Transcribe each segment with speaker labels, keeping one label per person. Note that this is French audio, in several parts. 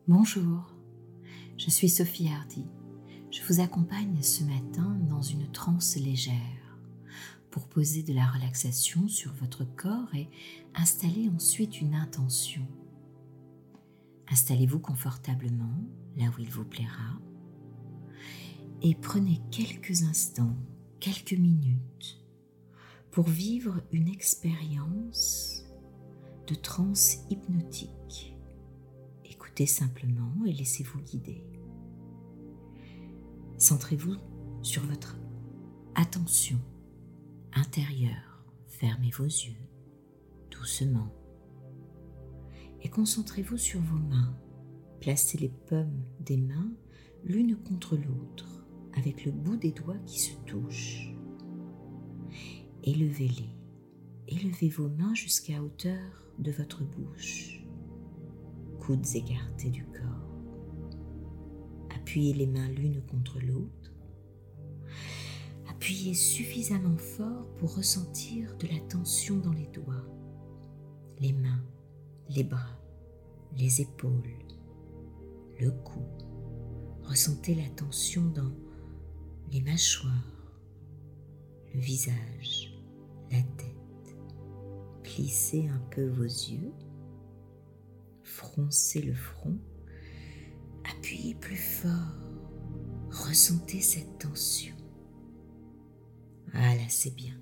Speaker 1: Bonjour, je suis Sophie Hardy. Je vous accompagne ce matin dans une transe légère pour poser de la relaxation sur votre corps et installer ensuite une intention. Installez-vous confortablement là où il vous plaira et prenez quelques instants, quelques minutes pour vivre une expérience de transe hypnotique. Écoutez simplement et laissez-vous guider. Centrez-vous sur votre attention intérieure. Fermez vos yeux doucement et concentrez-vous sur vos mains. Placez les paumes des mains l'une contre l'autre avec le bout des doigts qui se touchent. Élevez-les. Élevez vos mains jusqu'à hauteur de votre bouche. Coudes écartés du corps. Appuyez les mains l'une contre l'autre. Appuyez suffisamment fort pour ressentir de la tension dans les doigts, les mains, les bras, les épaules, le cou. Ressentez la tension dans les mâchoires, le visage, la tête. Plissez un peu vos yeux. Froncez le front, appuyez plus fort, ressentez cette tension. Voilà, c'est bien.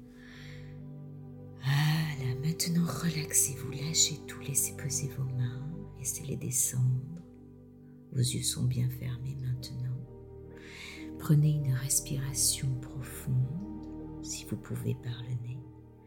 Speaker 1: Voilà, maintenant relaxez-vous, lâchez tout, laissez poser vos mains, laissez-les descendre. Vos yeux sont bien fermés maintenant. Prenez une respiration profonde, si vous pouvez par le nez.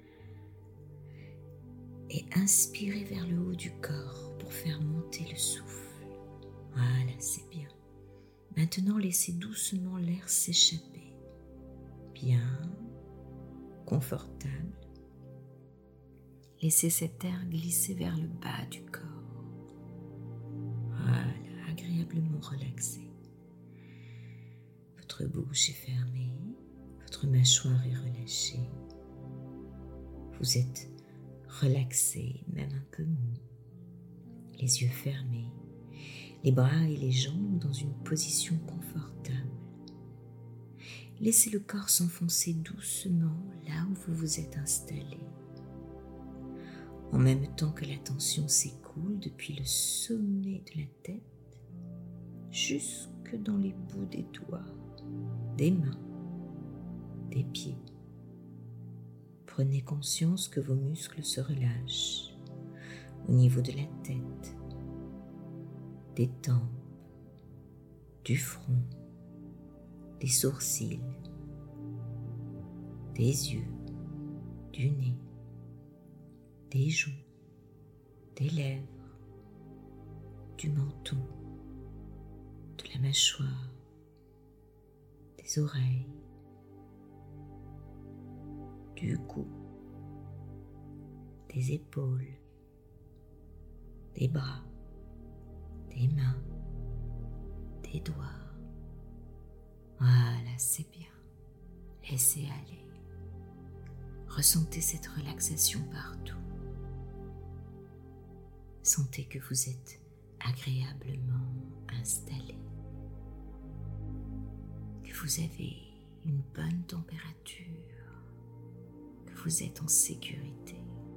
Speaker 1: Et inspirez vers le haut du corps pour faire monter le souffle. Voilà, c'est bien. Maintenant, laissez doucement l'air s'échapper. Bien, confortable. Laissez cet air glisser vers le bas du corps. Voilà, agréablement relaxé. Votre bouche est fermée, votre mâchoire est relâchée. Vous êtes relaxé, même un peu mou, les yeux fermés, les bras et les jambes dans une position confortable. Laissez le corps s'enfoncer doucement là où vous vous êtes installé. En même temps que la tension s'écoule depuis le sommet de la tête jusque dans les bouts des doigts, des mains, des pieds. Prenez conscience que vos muscles se relâchent au niveau de la tête, des tempes, du front, des sourcils, des yeux, du nez, des joues, des lèvres, du menton, de la mâchoire, des oreilles, du cou, des épaules, des bras, des mains, des doigts. Voilà, c'est bien. Laissez aller. Ressentez cette relaxation partout. Sentez que vous êtes agréablement installé, que vous avez une bonne température, que vous êtes en sécurité.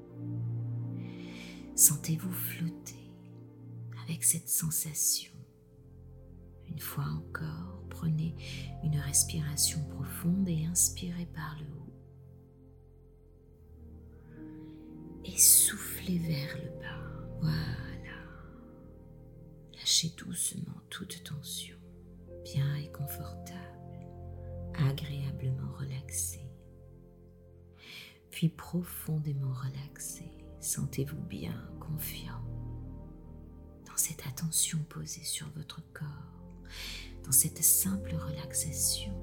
Speaker 1: Sentez-vous flotter avec cette sensation. Une fois encore, prenez une respiration profonde et inspirez par le haut. Et soufflez vers le bas. Voilà. Lâchez doucement toute tension, bien et confortable, agréablement relaxé. Puis profondément relaxé, sentez-vous bien confiant dans cette attention posée sur votre corps, dans cette simple relaxation,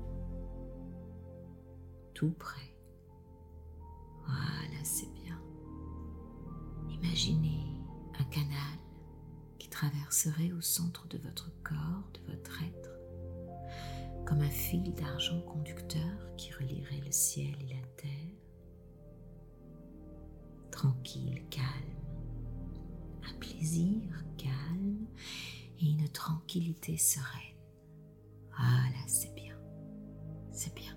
Speaker 1: tout près. Voilà, c'est bien. Imaginez un canal qui traverserait au centre de votre corps, de votre être, comme un fil d'argent conducteur qui relierait le ciel et la terre. Tranquille, calme, un plaisir calme et une tranquillité sereine. Voilà, c'est bien, c'est bien.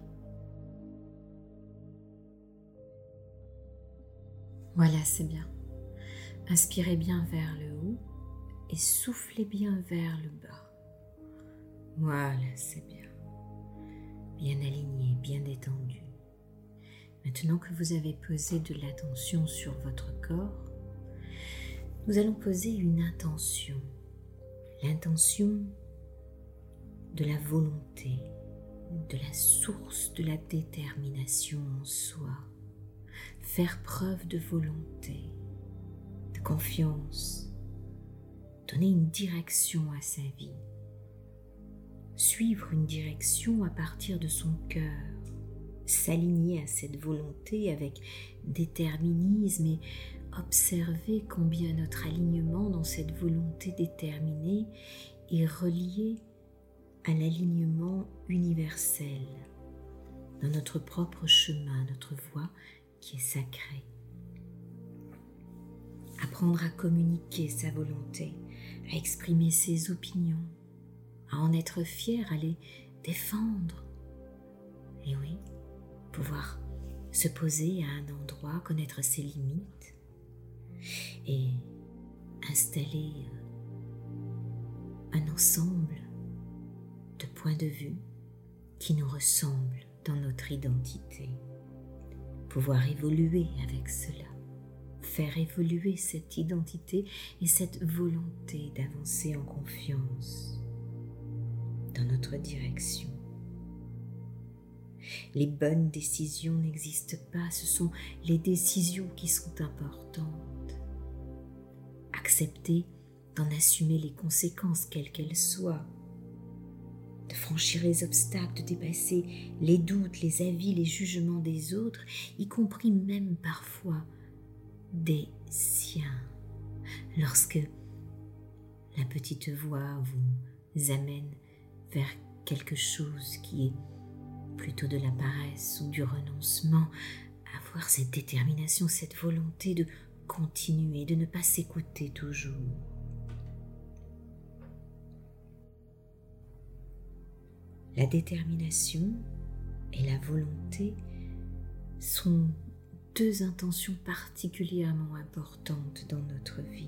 Speaker 1: Voilà, c'est bien. Inspirez bien vers le haut et soufflez bien vers le bas. Voilà, c'est bien. Bien aligné, bien détendu. Maintenant que vous avez posé de l'attention sur votre corps, nous allons poser une intention. L'intention de la volonté, de la source de la détermination en soi. Faire preuve de volonté, de confiance, donner une direction à sa vie, suivre une direction à partir de son cœur, s'aligner à cette volonté avec déterminisme et observer combien notre alignement dans cette volonté déterminée est relié à l'alignement universel, dans notre propre chemin, notre voie qui est sacrée. Apprendre à communiquer sa volonté, à exprimer ses opinions, à en être fier, à les défendre. Et oui, pouvoir se poser à un endroit, connaître ses limites et installer un ensemble de points de vue qui nous ressemblent dans notre identité. Pouvoir évoluer avec cela, faire évoluer cette identité et cette volonté d'avancer en confiance dans notre direction. Les bonnes décisions n'existent pas, ce sont les décisions qui sont importantes. Accepter d'en assumer les conséquences, quelles qu'elles soient, de franchir les obstacles, de dépasser les doutes, les avis, les jugements des autres, y compris même parfois des siens. Lorsque la petite voix vous amène vers quelque chose qui est plutôt de la paresse ou du renoncement, avoir cette détermination, cette volonté de continuer, de ne pas s'écouter toujours. La détermination et la volonté sont deux intentions particulièrement importantes dans notre vie.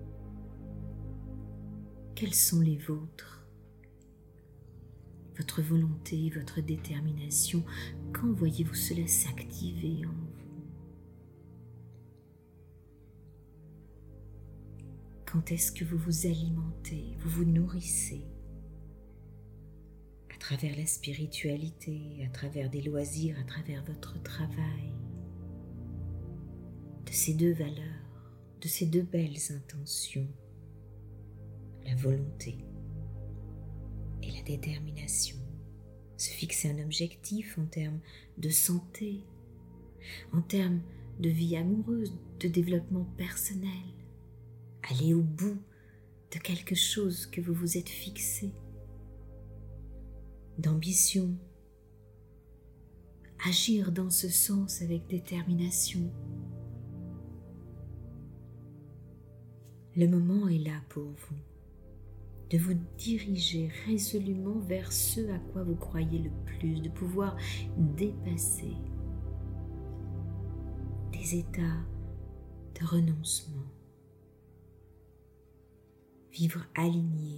Speaker 1: Quelles sont les vôtres ? Votre volonté, votre détermination, quand voyez-vous cela s'activer en vous ? Quand est-ce que vous vous alimentez, vous vous nourrissez ? À travers la spiritualité, à travers des loisirs, à travers votre travail, de ces deux valeurs, de ces deux belles intentions, la volonté et la détermination, se fixer un objectif en termes de santé, en termes de vie amoureuse, de développement personnel, aller au bout de quelque chose que vous vous êtes fixé, d'ambition, agir dans ce sens avec détermination. Le moment est là pour vous, de vous diriger résolument vers ce à quoi vous croyez le plus, de pouvoir dépasser des états de renoncement, vivre aligné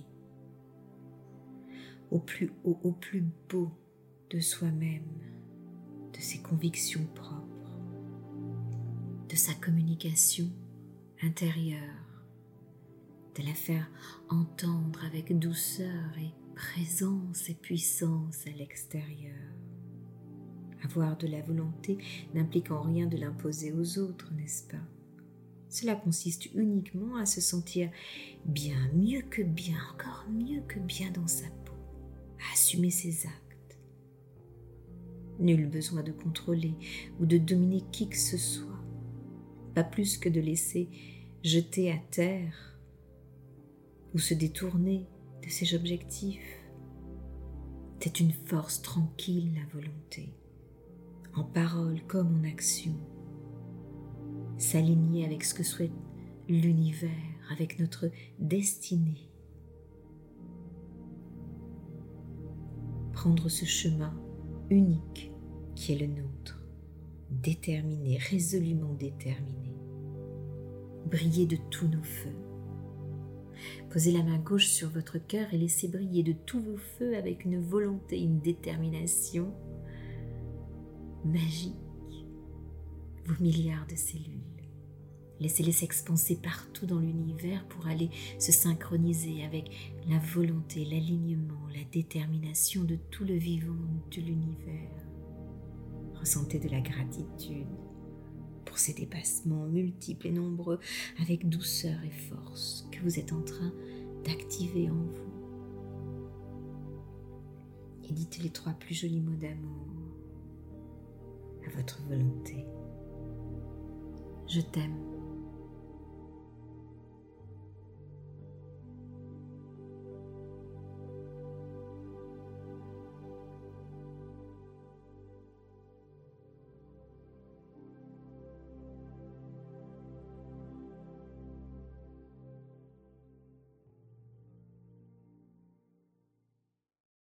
Speaker 1: au plus haut, au plus beau de soi-même, de ses convictions propres, de sa communication intérieure, de la faire entendre avec douceur et présence et puissance à l'extérieur. Avoir de la volonté n'implique en rien de l'imposer aux autres, n'est-ce pas ? Cela consiste uniquement à se sentir bien, mieux que bien, encore mieux que bien dans sa peau, à assumer ses actes. Nul besoin de contrôler ou de dominer qui que ce soit, pas plus que de laisser jeter à terre ou se détourner de ses objectifs. C'est une force tranquille, la volonté, en parole comme en action. S'aligner avec ce que souhaite l'univers, avec notre destinée. prendre ce chemin unique qui est le nôtre, déterminé, résolument déterminé. Briller de tous nos feux. Posez la main gauche sur votre cœur et laissez briller de tous vos feux avec une volonté, une détermination magique. Vos milliards de cellules. Laissez-les s'expanser partout dans l'univers pour aller se synchroniser avec la volonté, l'alignement, la détermination de tout le vivant de l'univers. Ressentez de la gratitude pour ces dépassements multiples et nombreux avec douceur et force que vous êtes en train d'activer en vous. Et dites les 3 plus jolis mots d'amour à votre volonté. Je t'aime.